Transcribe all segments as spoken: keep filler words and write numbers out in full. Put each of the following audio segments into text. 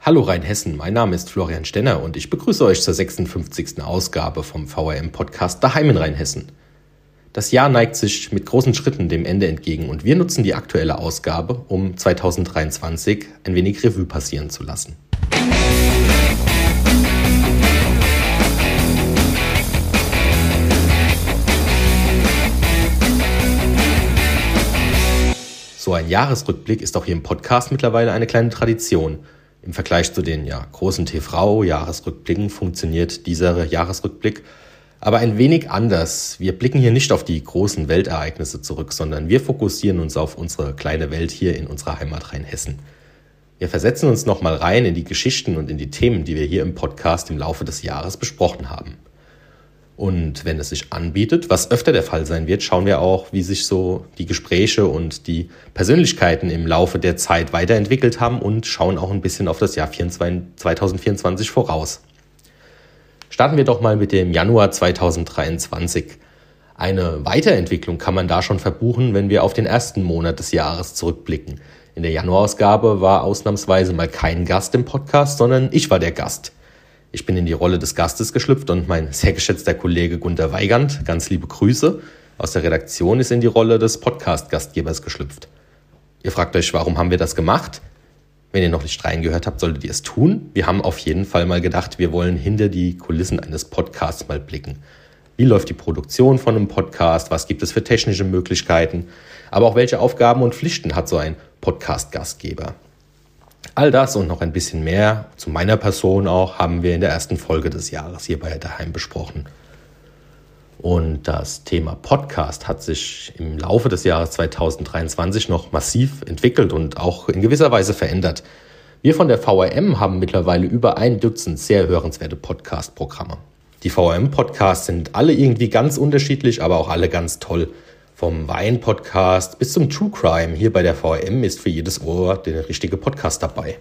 Hallo Rheinhessen, mein Name ist Florian Stenner und ich begrüße euch zur sechsundfünfzigsten Ausgabe vom V R M-Podcast Daheim in Rheinhessen. Das Jahr neigt sich mit großen Schritten dem Ende entgegen und wir nutzen die aktuelle Ausgabe, um zweitausenddreiundzwanzig ein wenig Revue passieren zu lassen. So ein Jahresrückblick ist auch hier im Podcast mittlerweile eine kleine Tradition. Im Vergleich zu den ja, großen T V-Jahresrückblicken funktioniert dieser Jahresrückblick aber ein wenig anders. Wir blicken hier nicht auf die großen Weltereignisse zurück, sondern wir fokussieren uns auf unsere kleine Welt hier in unserer Heimat Rheinhessen. Wir versetzen uns nochmal rein in die Geschichten und in die Themen, die wir hier im Podcast im Laufe des Jahres besprochen haben. Und wenn es sich anbietet, was öfter der Fall sein wird, schauen wir auch, wie sich so die Gespräche und die Persönlichkeiten im Laufe der Zeit weiterentwickelt haben und schauen auch ein bisschen auf das Jahr zweitausendvierundzwanzig voraus. Starten wir doch mal mit dem Januar zweitausenddreiundzwanzig. Eine Weiterentwicklung kann man da schon verbuchen, wenn wir auf den ersten Monat des Jahres zurückblicken. In der Januarausgabe war ausnahmsweise mal kein Gast im Podcast, sondern ich war der Gast. Ich bin in die Rolle des Gastes geschlüpft und mein sehr geschätzter Kollege Gunter Weigand, ganz liebe Grüße, aus der Redaktion ist in die Rolle des Podcast-Gastgebers geschlüpft. Ihr fragt euch, warum haben wir das gemacht? Wenn ihr noch nicht reingehört habt, solltet ihr es tun. Wir haben auf jeden Fall mal gedacht, wir wollen hinter die Kulissen eines Podcasts mal blicken. Wie läuft die Produktion von einem Podcast? Was gibt es für technische Möglichkeiten? Aber auch welche Aufgaben und Pflichten hat so ein Podcast-Gastgeber? All das und noch ein bisschen mehr zu meiner Person auch haben wir in der ersten Folge des Jahres hier bei Daheim besprochen. Und das Thema Podcast hat sich im Laufe des Jahres zweitausenddreiundzwanzig noch massiv entwickelt und auch in gewisser Weise verändert. Wir von der V R M haben mittlerweile über ein Dutzend sehr hörenswerte Podcast-Programme. Die V R M-Podcasts sind alle irgendwie ganz unterschiedlich, aber auch alle ganz toll. Vom Wein-Podcast bis zum True Crime hier bei der V R M ist für jedes Ohr der richtige Podcast dabei.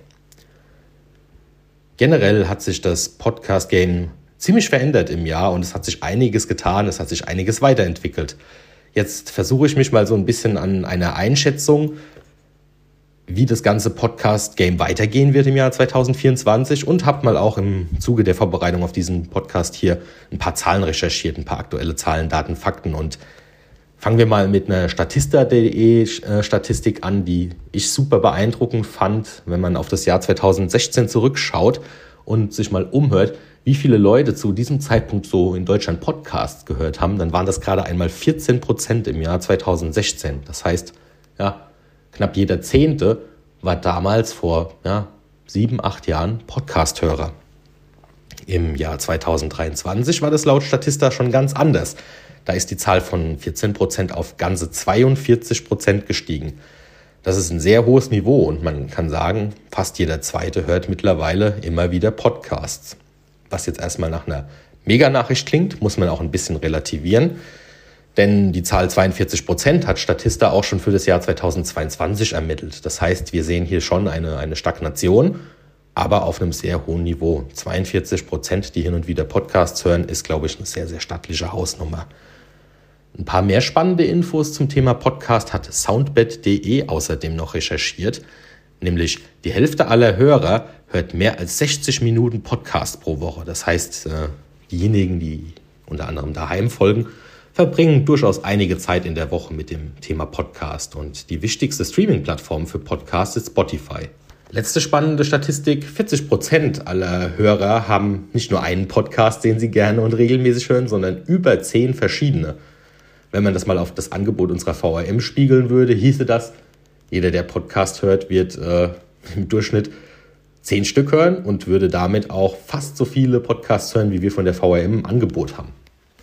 Generell hat sich das Podcast-Game ziemlich verändert im Jahr und es hat sich einiges getan, es hat sich einiges weiterentwickelt. Jetzt versuche ich mich mal so ein bisschen an einer Einschätzung, wie das ganze Podcast-Game weitergehen wird im Jahr zweitausendvierundzwanzig und habe mal auch im Zuge der Vorbereitung auf diesen Podcast hier ein paar Zahlen recherchiert, ein paar aktuelle Zahlen, Daten, Fakten und fangen wir mal mit einer Statista punkt de Statistik an, die ich super beeindruckend fand, wenn man auf das Jahr zweitausendsechzehn zurückschaut und sich mal umhört, wie viele Leute zu diesem Zeitpunkt so in Deutschland Podcasts gehört haben, dann waren das gerade einmal vierzehn Prozent im Jahr zweitausendsechzehn. Das heißt, ja, knapp jeder Zehnte war damals vor ja, sieben, acht Jahren Podcast-Hörer. Im Jahr zweitausenddreiundzwanzig war das laut Statista schon ganz anders. Da ist die Zahl von vierzehn Prozent auf ganze zweiundvierzig Prozent gestiegen. Das ist ein sehr hohes Niveau und man kann sagen, fast jeder Zweite hört mittlerweile immer wieder Podcasts. Was jetzt erstmal nach einer Meganachricht klingt, muss man auch ein bisschen relativieren. Denn die Zahl zweiundvierzig Prozent hat Statista auch schon für das Jahr zweitausendzweiundzwanzig ermittelt. Das heißt, wir sehen hier schon eine, eine Stagnation, aber auf einem sehr hohen Niveau. zweiundvierzig Prozent, die hin und wieder Podcasts hören, ist, glaube ich, eine sehr, sehr stattliche Hausnummer. Ein paar mehr spannende Infos zum Thema Podcast hat soundbed punkt de außerdem noch recherchiert. Nämlich die Hälfte aller Hörer hört mehr als sechzig Minuten Podcast pro Woche. Das heißt, diejenigen, die unter anderem daheim folgen, verbringen durchaus einige Zeit in der Woche mit dem Thema Podcast. Und die wichtigste Streaming-Plattform für Podcasts ist Spotify. Letzte spannende Statistik, vierzig Prozent aller Hörer haben nicht nur einen Podcast, den sie gerne und regelmäßig hören, sondern über zehn verschiedene. Wenn man das mal auf das Angebot unserer V R M spiegeln würde, hieße das, jeder, der Podcast hört, wird äh, im Durchschnitt zehn Stück hören und würde damit auch fast so viele Podcasts hören, wie wir von der V R M im Angebot haben.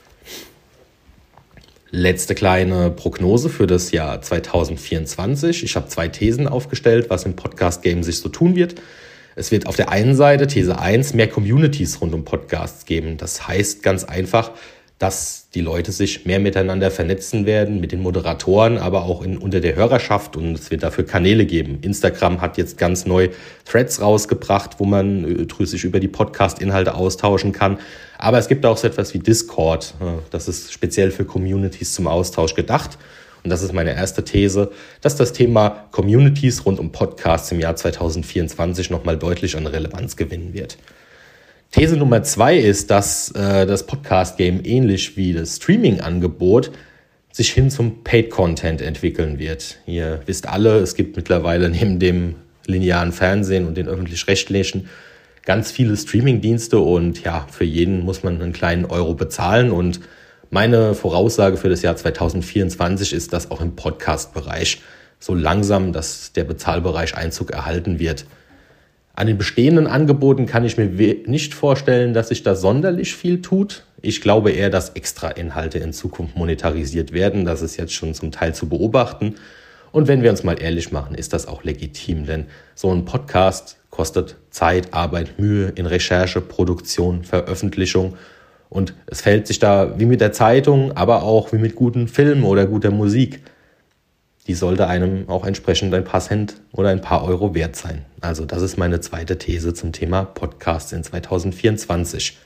Letzte kleine Prognose für das Jahr zweitausendvierundzwanzig. Ich habe zwei Thesen aufgestellt, was im Podcast-Game sich so tun wird. Es wird auf der einen Seite, These eins, mehr Communities rund um Podcasts geben. Das heißt ganz einfach, dass die Leute sich mehr miteinander vernetzen werden, mit den Moderatoren, aber auch in, unter der Hörerschaft und es wird dafür Kanäle geben. Instagram hat jetzt ganz neu Threads rausgebracht, wo man äh, sich über die Podcast-Inhalte austauschen kann. Aber es gibt auch so etwas wie Discord. Das ist speziell für Communities zum Austausch gedacht. Und das ist meine erste These, dass das Thema Communities rund um Podcasts im Jahr zweitausendvierundzwanzig nochmal deutlich an Relevanz gewinnen wird. These Nummer zwei ist, dass äh, das Podcast-Game ähnlich wie das Streaming-Angebot sich hin zum Paid-Content entwickeln wird. Ihr wisst alle, es gibt mittlerweile neben dem linearen Fernsehen und den öffentlich-rechtlichen ganz viele Streaming-Dienste und ja, für jeden muss man einen kleinen Euro bezahlen. Und meine Voraussage für das Jahr zweitausendvierundzwanzig ist, dass auch im Podcast-Bereich so langsam, dass der Bezahlbereich Einzug erhalten wird. An den bestehenden Angeboten kann ich mir nicht vorstellen, dass sich da sonderlich viel tut. Ich glaube eher, dass Extra-Inhalte in Zukunft monetarisiert werden. Das ist jetzt schon zum Teil zu beobachten. Und wenn wir uns mal ehrlich machen, ist das auch legitim. Denn so ein Podcast kostet Zeit, Arbeit, Mühe in Recherche, Produktion, Veröffentlichung. Und es fällt sich da wie mit der Zeitung, aber auch wie mit guten Filmen oder guter Musik. Die sollte einem auch entsprechend ein paar Cent oder ein paar Euro wert sein. Also das ist meine zweite These zum Thema Podcasts in zweitausendvierundzwanzig.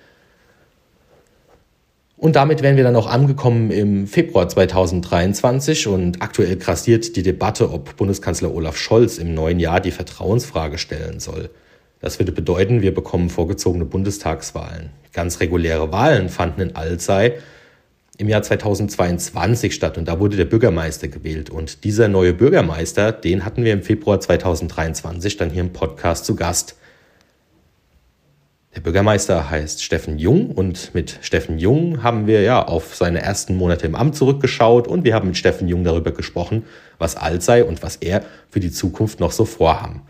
Und damit wären wir dann auch angekommen im Februar zweitausenddreiundzwanzig und aktuell grassiert die Debatte, ob Bundeskanzler Olaf Scholz im neuen Jahr die Vertrauensfrage stellen soll. Das würde bedeuten, wir bekommen vorgezogene Bundestagswahlen. Ganz reguläre Wahlen fanden in Alzey im Jahr zweitausendzweiundzwanzig statt und da wurde der Bürgermeister gewählt. Und dieser neue Bürgermeister, den hatten wir im Februar zweitausenddreiundzwanzig dann hier im Podcast zu Gast. Der Bürgermeister heißt Steffen Jung und mit Steffen Jung haben wir ja auf seine ersten Monate im Amt zurückgeschaut und wir haben mit Steffen Jung darüber gesprochen, was Alzey und was er für die Zukunft noch so vorhaben.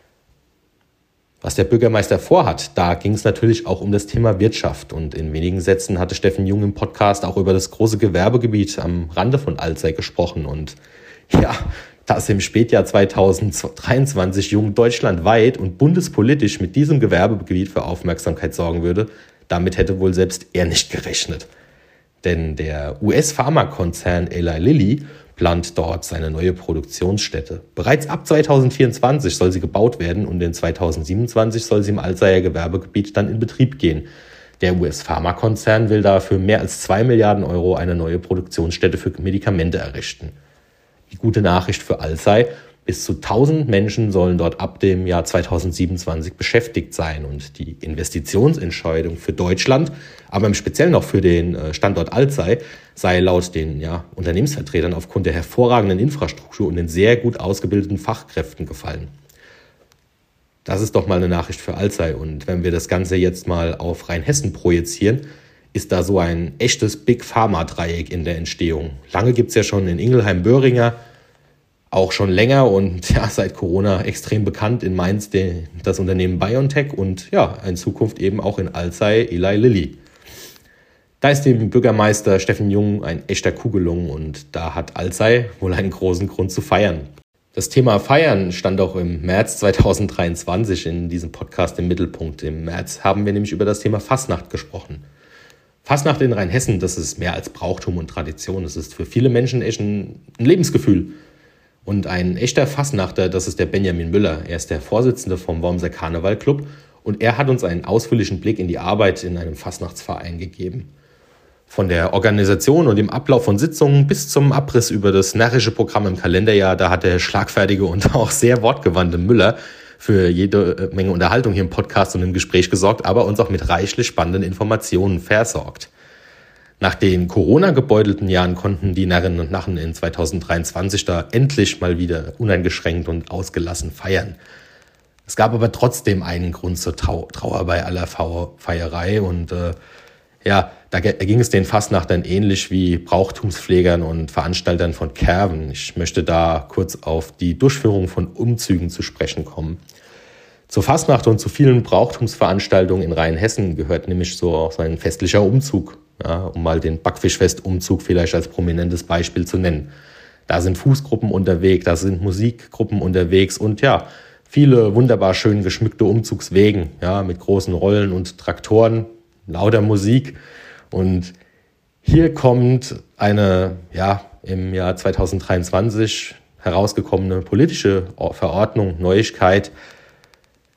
Was der Bürgermeister vorhat, da ging es natürlich auch um das Thema Wirtschaft. Und in wenigen Sätzen hatte Steffen Jung im Podcast auch über das große Gewerbegebiet am Rande von Alzey gesprochen. Und ja, dass im Spätjahr zweitausenddreiundzwanzig Jung deutschlandweit und bundespolitisch mit diesem Gewerbegebiet für Aufmerksamkeit sorgen würde, damit hätte wohl selbst er nicht gerechnet. Denn der U S-Pharmakonzern Eli Lilly plant dort seine neue Produktionsstätte. Bereits ab zweitausendvierundzwanzig soll sie gebaut werden und in zweitausendsiebenundzwanzig soll sie im Alzeyer Gewerbegebiet dann in Betrieb gehen. Der U S-Pharmakonzern will dafür mehr als zwei Milliarden Euro eine neue Produktionsstätte für Medikamente errichten. Die gute Nachricht für Alzey: bis zu tausend Menschen sollen dort ab dem Jahr zweitausendsiebenundzwanzig beschäftigt sein. Und die Investitionsentscheidung für Deutschland, aber im Speziellen auch für den Standort Alzey, sei laut den ja, Unternehmensvertretern aufgrund der hervorragenden Infrastruktur und den sehr gut ausgebildeten Fachkräften gefallen. Das ist doch mal eine Nachricht für Alzey. Und wenn wir das Ganze jetzt mal auf Rheinhessen projizieren, ist da so ein echtes Big Pharma-Dreieck in der Entstehung. Lange gibt es ja schon in Ingelheim-Böhringer, auch schon länger und ja, seit Corona extrem bekannt in Mainz de, das Unternehmen BioNTech und ja, in Zukunft eben auch in Alzey Eli Lilly. Da ist dem Bürgermeister Steffen Jung ein echter Coup gelungen und da hat Alzey wohl einen großen Grund zu feiern. Das Thema Feiern stand auch im März zweitausenddreiundzwanzig in diesem Podcast im Mittelpunkt. Im März haben wir nämlich über das Thema Fastnacht gesprochen. Fastnacht in Rheinhessen, das ist mehr als Brauchtum und Tradition. Das ist für viele Menschen echt ein, ein Lebensgefühl. Und ein echter Fastnachter, das ist der Benjamin Müller. Er ist der Vorsitzende vom Wormser Karneval-Club und er hat uns einen ausführlichen Blick in die Arbeit in einem Fastnachtsverein gegeben. Von der Organisation und dem Ablauf von Sitzungen bis zum Abriss über das närrische Programm im Kalenderjahr, da hat der schlagfertige und auch sehr wortgewandte Müller für jede Menge Unterhaltung hier im Podcast und im Gespräch gesorgt, aber uns auch mit reichlich spannenden Informationen versorgt. Nach den Corona-gebeutelten Jahren konnten die Narren und Narren in zweitausenddreiundzwanzig da endlich mal wieder uneingeschränkt und ausgelassen feiern. Es gab aber trotzdem einen Grund zur Trau- Trauer bei aller Feierei und äh, ja, da ging es den Fastnachtern ähnlich wie Brauchtumspflegern und Veranstaltern von Kerven. Ich möchte da kurz auf die Durchführung von Umzügen zu sprechen kommen. Zur Fastnacht und zu vielen Brauchtumsveranstaltungen in Rheinhessen gehört nämlich so auch ein festlicher Umzug, ja, um mal den Backfischfestumzug vielleicht als prominentes Beispiel zu nennen. Da sind Fußgruppen unterwegs, da sind Musikgruppen unterwegs und ja, viele wunderbar schön geschmückte Umzugswegen, ja, mit großen Rollen und Traktoren, lauter Musik. Und hier kommt eine ja im Jahr zweitausenddreiundzwanzig herausgekommene politische Verordnung, Neuigkeit.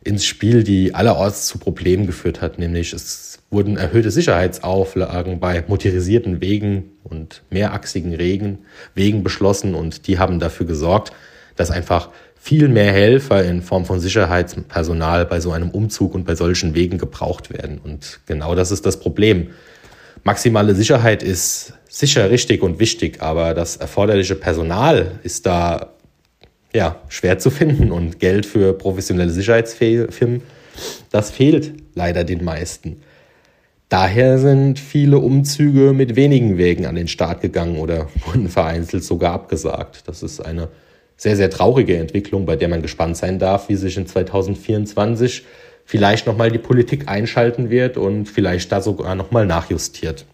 ins Spiel, die allerorts zu Problemen geführt hat. Nämlich es wurden erhöhte Sicherheitsauflagen bei motorisierten Wegen und mehrachsigen Wegen, Wegen beschlossen und die haben dafür gesorgt, dass einfach viel mehr Helfer in Form von Sicherheitspersonal bei so einem Umzug und bei solchen Wegen gebraucht werden. Und genau das ist das Problem. Maximale Sicherheit ist sicher richtig und wichtig, aber das erforderliche Personal ist da ja, schwer zu finden und Geld für professionelle Sicherheitsfirmen, das fehlt leider den meisten. Daher sind viele Umzüge mit wenigen Wegen an den Start gegangen oder wurden vereinzelt sogar abgesagt. Das ist eine sehr, sehr traurige Entwicklung, bei der man gespannt sein darf, wie sich in zwanzig vierundzwanzig vielleicht nochmal die Politik einschalten wird und vielleicht da sogar nochmal nachjustiert.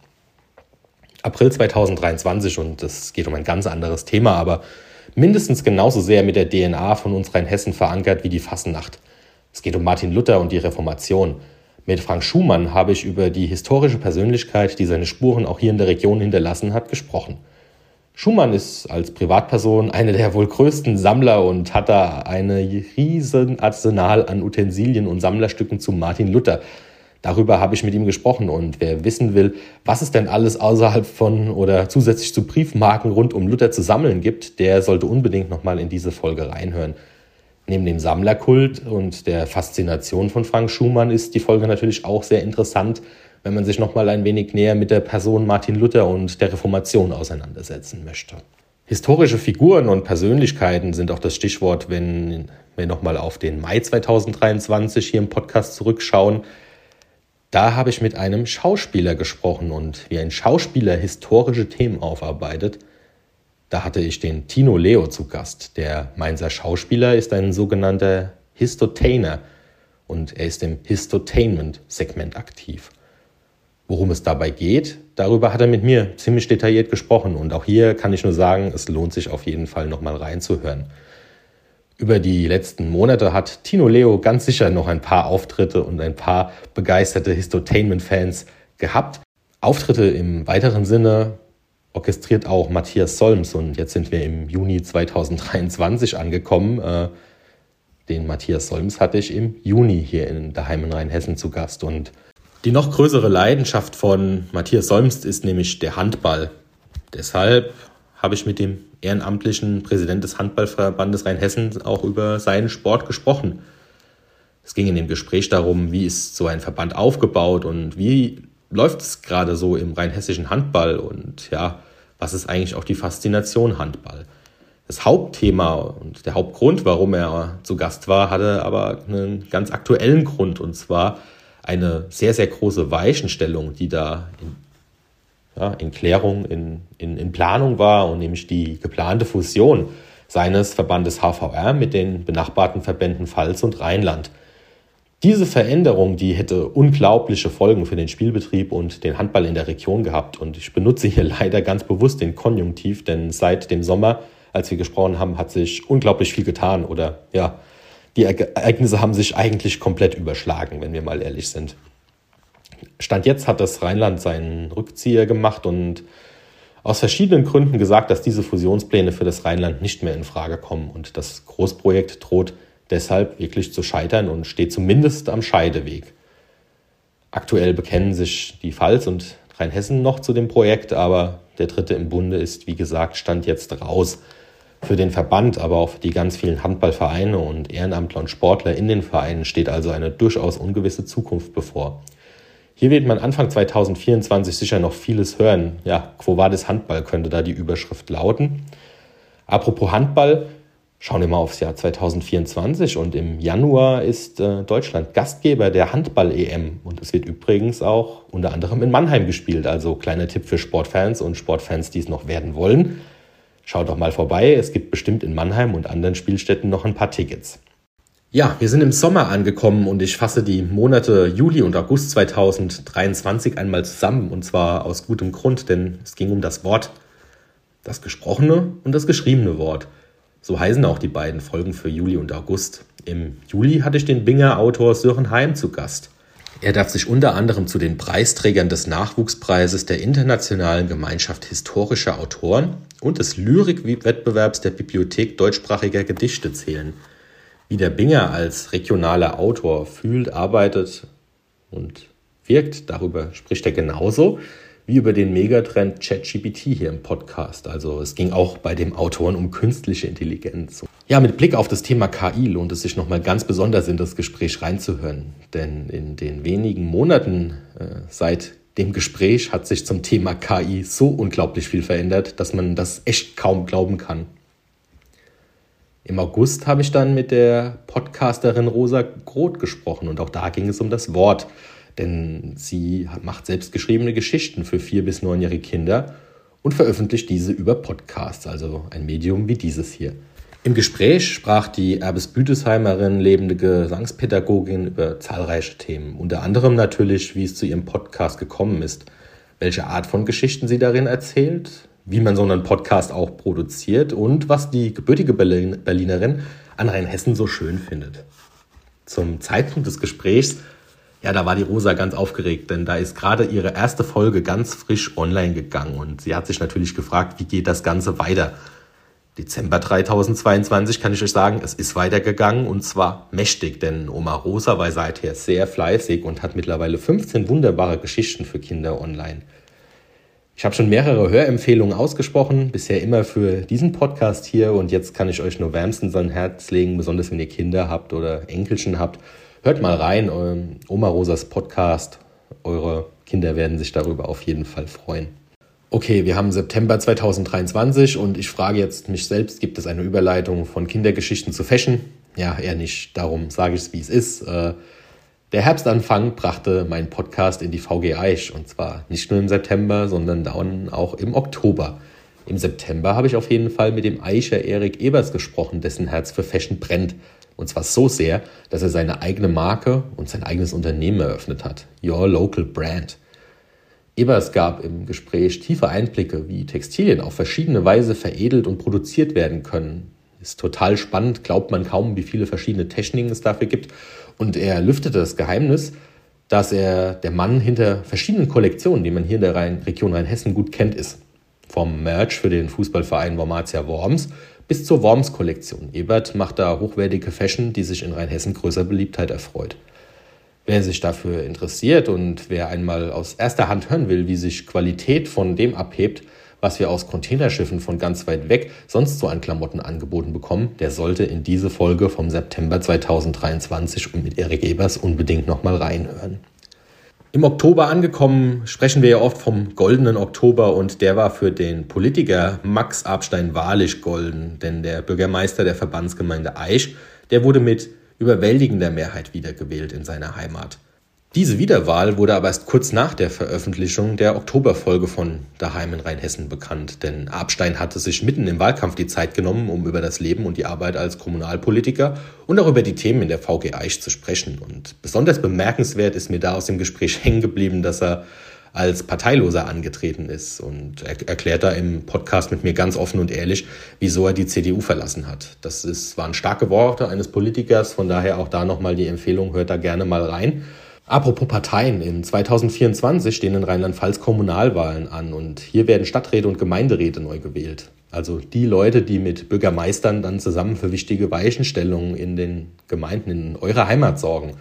April zwanzig dreiundzwanzig, und es geht um ein ganz anderes Thema, aber mindestens genauso sehr mit der D N A von uns Rheinhessen verankert wie die Fasnacht. Es geht um Martin Luther und die Reformation. Mit Frank Schumann habe ich über die historische Persönlichkeit, die seine Spuren auch hier in der Region hinterlassen hat, gesprochen. Schumann ist als Privatperson einer der wohl größten Sammler und hat da eine riesen Arsenal an Utensilien und Sammlerstücken zu Martin Luther. Darüber habe ich mit ihm gesprochen und wer wissen will, was es denn alles außerhalb von oder zusätzlich zu Briefmarken rund um Luther zu sammeln gibt, der sollte unbedingt nochmal in diese Folge reinhören. Neben dem Sammlerkult und der Faszination von Frank Schumann ist die Folge natürlich auch sehr interessant, wenn man sich nochmal ein wenig näher mit der Person Martin Luther und der Reformation auseinandersetzen möchte. Historische Figuren und Persönlichkeiten sind auch das Stichwort, wenn wir nochmal auf den Mai zwanzig dreiundzwanzig hier im Podcast zurückschauen. Da habe ich mit einem Schauspieler gesprochen und wie ein Schauspieler historische Themen aufarbeitet. Da hatte ich den Tino Leo zu Gast. Der Mainzer Schauspieler ist ein sogenannter Histotainer und er ist im Histotainment-Segment aktiv. Worum es dabei geht, darüber hat er mit mir ziemlich detailliert gesprochen und auch hier kann ich nur sagen, es lohnt sich auf jeden Fall nochmal reinzuhören. Über die letzten Monate hat Tino Leo ganz sicher noch ein paar Auftritte und ein paar begeisterte Histotainment-Fans gehabt. Auftritte im weiteren Sinne orchestriert auch Matthias Solms und jetzt sind wir im Juni zwanzig dreiundzwanzig angekommen. Den Matthias Solms hatte ich im Juni hier in daheim in Rheinhessen zu Gast und die noch größere Leidenschaft von Matthias Solms ist nämlich der Handball. Deshalb habe ich mit dem ehrenamtlichen Präsident des Handballverbandes Rheinhessen auch über seinen Sport gesprochen. Es ging in dem Gespräch darum, wie ist so ein Verband aufgebaut und wie läuft es gerade so im rheinhessischen Handball und ja, was ist eigentlich auch die Faszination Handball? Das Hauptthema und der Hauptgrund, warum er zu Gast war, hatte aber einen ganz aktuellen Grund und zwar eine sehr, sehr große Weichenstellung, die da in Ja, in Klärung, in, in, in Planung war und nämlich die geplante Fusion seines Verbandes H V R mit den benachbarten Verbänden Pfalz und Rheinland. Diese Veränderung, die hätte unglaubliche Folgen für den Spielbetrieb und den Handball in der Region gehabt und ich benutze hier leider ganz bewusst den Konjunktiv, denn seit dem Sommer, als wir gesprochen haben, hat sich unglaublich viel getan oder ja, die Ereignisse haben sich eigentlich komplett überschlagen, wenn wir mal ehrlich sind. Stand jetzt hat das Rheinland seinen Rückzieher gemacht und aus verschiedenen Gründen gesagt, dass diese Fusionspläne für das Rheinland nicht mehr in Frage kommen und das Großprojekt droht deshalb wirklich zu scheitern und steht zumindest am Scheideweg. Aktuell bekennen sich die Pfalz und Rheinhessen noch zu dem Projekt, aber der Dritte im Bunde ist, wie gesagt, Stand jetzt raus. Für den Verband, aber auch für die ganz vielen Handballvereine und Ehrenamtler und Sportler in den Vereinen steht also eine durchaus ungewisse Zukunft bevor. Hier wird man Anfang zwanzig vierundzwanzig sicher noch vieles hören. Ja, Quo Vadis Handball könnte da die Überschrift lauten. Apropos Handball, schauen wir mal aufs Jahr zwanzig vierundzwanzig und im Januar ist äh, Deutschland Gastgeber der Handball-E M und es wird übrigens auch unter anderem in Mannheim gespielt. Also kleiner Tipp für Sportfans und Sportfans, die es noch werden wollen. Schaut doch mal vorbei, es gibt bestimmt in Mannheim und anderen Spielstätten noch ein paar Tickets. Ja, wir sind im Sommer angekommen und ich fasse die Monate Juli und August zwanzig dreiundzwanzig einmal zusammen und zwar aus gutem Grund, denn es ging um das Wort, das gesprochene und das geschriebene Wort. So heißen auch die beiden Folgen für Juli und August. Im Juli hatte ich den Binger Autor Sören Heim zu Gast. Er darf sich unter anderem zu den Preisträgern des Nachwuchspreises der Internationalen Gemeinschaft historischer Autoren und des Lyrikwettbewerbs der Bibliothek deutschsprachiger Gedichte zählen. Wie der Binger als regionaler Autor fühlt, arbeitet und wirkt, darüber spricht er genauso wie über den Megatrend ChatGPT hier im Podcast. Also es ging auch bei dem Autoren um künstliche Intelligenz. Ja, mit Blick auf das Thema K I lohnt es sich nochmal ganz besonders in das Gespräch reinzuhören. Denn in den wenigen Monaten äh, seit dem Gespräch hat sich zum Thema K I so unglaublich viel verändert, dass man das echt kaum glauben kann. Im August habe ich dann mit der Podcasterin Rosa Groth gesprochen und auch da ging es um das Wort. Denn sie macht selbst geschriebene Geschichten für vier- bis neunjährige Kinder und veröffentlicht diese über Podcasts, also ein Medium wie dieses hier. Im Gespräch sprach die Erbes-Büdesheimerin, lebende Gesangspädagogin, über zahlreiche Themen. Unter anderem natürlich, wie es zu ihrem Podcast gekommen ist, welche Art von Geschichten sie darin erzählt, wie man so einen Podcast auch produziert und was die gebürtige Berlinerin an Rheinhessen so schön findet. Zum Zeitpunkt des Gesprächs, ja, da war die Rosa ganz aufgeregt, denn da ist gerade ihre erste Folge ganz frisch online gegangen und sie hat sich natürlich gefragt, wie geht das Ganze weiter? Dezember zweitausendzweiundzwanzig kann ich euch sagen, es ist weitergegangen und zwar mächtig, denn Oma Rosa war seither sehr fleißig und hat mittlerweile fünfzehn wunderbare Geschichten für Kinder online. Ich habe schon mehrere Hörempfehlungen ausgesprochen, bisher immer für diesen Podcast hier und jetzt kann ich euch nur wärmstens ans Herz legen, besonders wenn ihr Kinder habt oder Enkelchen habt. Hört mal rein, Oma Rosas Podcast. Eure Kinder werden sich darüber auf jeden Fall freuen. Okay, wir haben September zweitausenddreiundzwanzig und ich frage jetzt mich selbst, gibt es eine Überleitung von Kindergeschichten zu Fashion? Ja, eher nicht. Darum sage ich es, wie es ist. Der Herbstanfang brachte meinen Podcast in die V G Aisch und zwar nicht nur im September, sondern dann auch im Oktober. Im September habe ich auf jeden Fall mit dem Aischer Erik Ebers gesprochen, dessen Herz für Fashion brennt. Und zwar so sehr, dass er seine eigene Marke und sein eigenes Unternehmen eröffnet hat. Your Local Brand. Ebers gab im Gespräch tiefe Einblicke, wie Textilien auf verschiedene Weise veredelt und produziert werden können. Ist total spannend, glaubt man kaum, wie viele verschiedene Techniken es dafür gibt. Und er lüftete das Geheimnis, dass er der Mann hinter verschiedenen Kollektionen, die man hier in der Rhein- Region Rheinhessen gut kennt, ist. Vom Merch für den Fußballverein Wormatia Worms bis zur Worms-Kollektion. Ebert macht da hochwertige Fashion, die sich in Rheinhessen größer Beliebtheit erfreut. Wer sich dafür interessiert und wer einmal aus erster Hand hören will, wie sich Qualität von dem abhebt, was wir aus Containerschiffen von ganz weit weg sonst so an Klamotten angeboten bekommen, der sollte in diese Folge vom September zweitausenddreiundzwanzig und mit Erik Ebers unbedingt nochmal reinhören. Im Oktober angekommen, sprechen wir ja oft vom goldenen Oktober und der war für den Politiker Max Abstein wahrlich golden, denn der Bürgermeister der Verbandsgemeinde Aisch, der wurde mit überwältigender Mehrheit wiedergewählt in seiner Heimat. Diese Wiederwahl wurde aber erst kurz nach der Veröffentlichung der Oktoberfolge von Daheim in Rheinhessen bekannt, denn Abstein hatte sich mitten im Wahlkampf die Zeit genommen, um über das Leben und die Arbeit als Kommunalpolitiker und auch über die Themen in der V G Aisch zu sprechen. Und besonders bemerkenswert ist mir da aus dem Gespräch hängen geblieben, dass er als Parteiloser angetreten ist und er erklärt da im Podcast mit mir ganz offen und ehrlich, wieso er die C D U verlassen hat. Das ist, waren starke Worte eines Politikers, von daher auch da nochmal die Empfehlung, hört da gerne mal rein. Apropos Parteien, in zweitausendvierundzwanzig stehen in Rheinland-Pfalz Kommunalwahlen an und hier werden Stadträte und Gemeinderäte neu gewählt. Also die Leute, die mit Bürgermeistern dann zusammen für wichtige Weichenstellungen in den Gemeinden in eurer Heimat sorgen.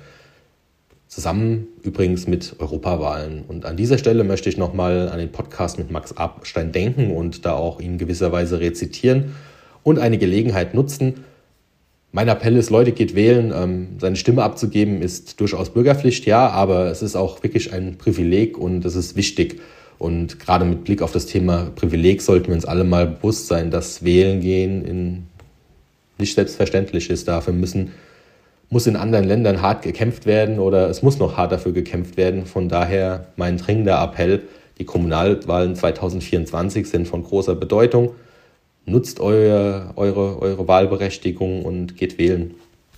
Zusammen übrigens mit Europawahlen. Und an dieser Stelle möchte ich nochmal an den Podcast mit Max Abstein denken und da auch ihn gewisserweise rezitieren und eine Gelegenheit nutzen. Mein Appell ist, Leute, geht wählen. Ähm, seine Stimme abzugeben ist durchaus Bürgerpflicht, ja, aber es ist auch wirklich ein Privileg und es ist wichtig. Und gerade mit Blick auf das Thema Privileg sollten wir uns alle mal bewusst sein, dass Wählen gehen in nicht selbstverständlich ist. Dafür müssen, muss in anderen Ländern hart gekämpft werden oder es muss noch hart dafür gekämpft werden. Von daher mein dringender Appell, die Kommunalwahlen zweitausendvierundzwanzig sind von großer Bedeutung. Nutzt eure, eure, eure Wahlberechtigung und geht wählen.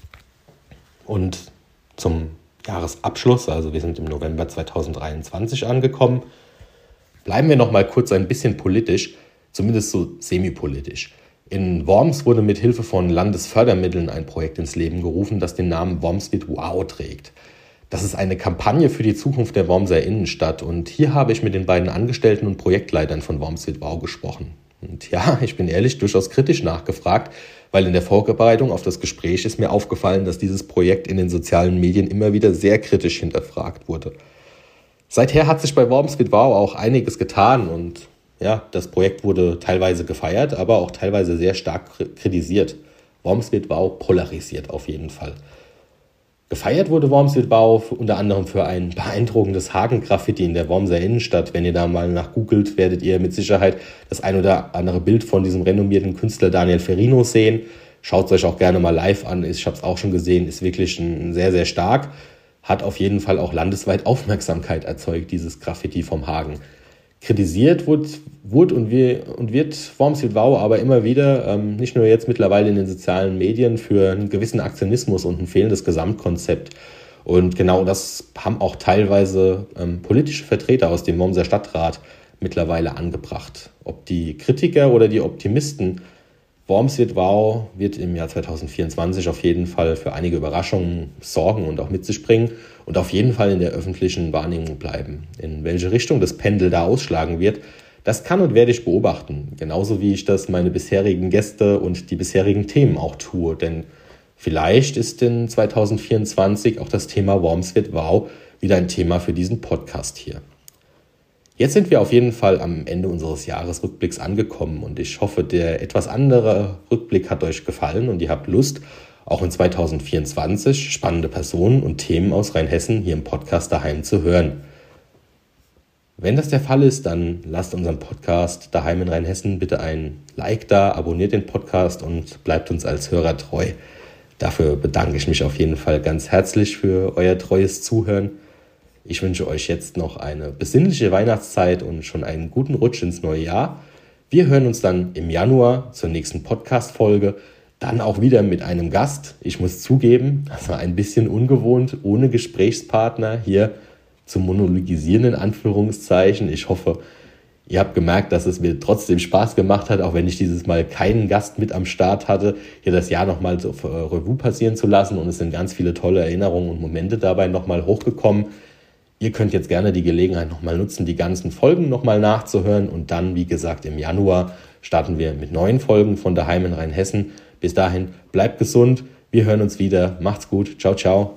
Und zum Jahresabschluss, also wir sind im November zweitausenddreiundzwanzig angekommen, bleiben wir noch mal kurz ein bisschen politisch, zumindest so semi-politisch. In Worms wurde mit Hilfe von Landesfördermitteln ein Projekt ins Leben gerufen, das den Namen Worms wird wow trägt. Das ist eine Kampagne für die Zukunft der Wormser Innenstadt und hier habe ich mit den beiden Angestellten und Projektleitern von Worms wird wow gesprochen. Und ja, ich bin ehrlich, durchaus kritisch nachgefragt, weil in der Vorbereitung auf das Gespräch ist mir aufgefallen, dass dieses Projekt in den sozialen Medien immer wieder sehr kritisch hinterfragt wurde. Seither hat sich bei Worms with Wow auch einiges getan und ja, das Projekt wurde teilweise gefeiert, aber auch teilweise sehr stark kritisiert. Worms with Wow polarisiert auf jeden Fall. Gefeiert wurde Worms with Wow unter anderem für ein beeindruckendes Haken-Graffiti in der Wormser Innenstadt. Wenn ihr da mal nach googelt, werdet ihr mit Sicherheit das ein oder andere Bild von diesem renommierten Künstler Daniel Ferrino sehen. Schaut es euch auch gerne mal live an. Ich habe es auch schon gesehen, ist wirklich ein sehr, sehr stark. Hat auf jeden Fall auch landesweit Aufmerksamkeit erzeugt, dieses Graffiti vom Hagen. Kritisiert wurde, wurde und, wir, und wird Worms with Wow aber immer wieder, ähm, nicht nur jetzt mittlerweile in den sozialen Medien, für einen gewissen Aktionismus und ein fehlendes Gesamtkonzept. Und genau das haben auch teilweise ähm, politische Vertreter aus dem Wormser Stadtrat mittlerweile angebracht. Ob die Kritiker oder die Optimisten, Worms with Wow wird im Jahr zwanzig vierundzwanzig auf jeden Fall für einige Überraschungen sorgen und auch mit sich bringen und auf jeden Fall in der öffentlichen Wahrnehmung bleiben. In welche Richtung das Pendel da ausschlagen wird, das kann und werde ich beobachten. Genauso wie ich das meine bisherigen Gäste und die bisherigen Themen auch tue. Denn vielleicht ist in zwanzig vierundzwanzig auch das Thema Worms with Wow wieder ein Thema für diesen Podcast hier. Jetzt sind wir auf jeden Fall am Ende unseres Jahresrückblicks angekommen und ich hoffe, der etwas andere Rückblick hat euch gefallen und ihr habt Lust, auch in zwanzig vierundzwanzig spannende Personen und Themen aus Rheinhessen hier im Podcast daheim zu hören. Wenn das der Fall ist, dann lasst unseren Podcast daheim in Rheinhessen bitte ein Like da, abonniert den Podcast und bleibt uns als Hörer treu. Dafür bedanke ich mich auf jeden Fall ganz herzlich für euer treues Zuhören. Ich wünsche euch jetzt noch eine besinnliche Weihnachtszeit und schon einen guten Rutsch ins neue Jahr. Wir hören uns dann im Januar zur nächsten Podcast-Folge, dann auch wieder mit einem Gast. Ich muss zugeben, das war ein bisschen ungewohnt, ohne Gesprächspartner hier zu monologisieren in Anführungszeichen. Ich hoffe, ihr habt gemerkt, dass es mir trotzdem Spaß gemacht hat, auch wenn ich dieses Mal keinen Gast mit am Start hatte, hier das Jahr nochmal so Revue passieren zu lassen und es sind ganz viele tolle Erinnerungen und Momente dabei nochmal hochgekommen. Ihr könnt jetzt gerne die Gelegenheit nochmal nutzen, die ganzen Folgen nochmal nachzuhören und dann, wie gesagt, im Januar starten wir mit neuen Folgen von Daheim in Rheinhessen. Bis dahin, bleibt gesund, wir hören uns wieder, macht's gut, ciao, ciao.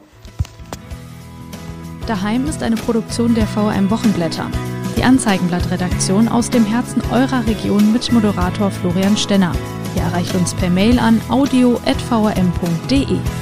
Daheim ist eine Produktion der V M Wochenblätter, die Anzeigenblatt-Redaktion aus dem Herzen eurer Region mit Moderator Florian Stenner. Ihr erreicht uns per Mail an audio at v m punkt d e.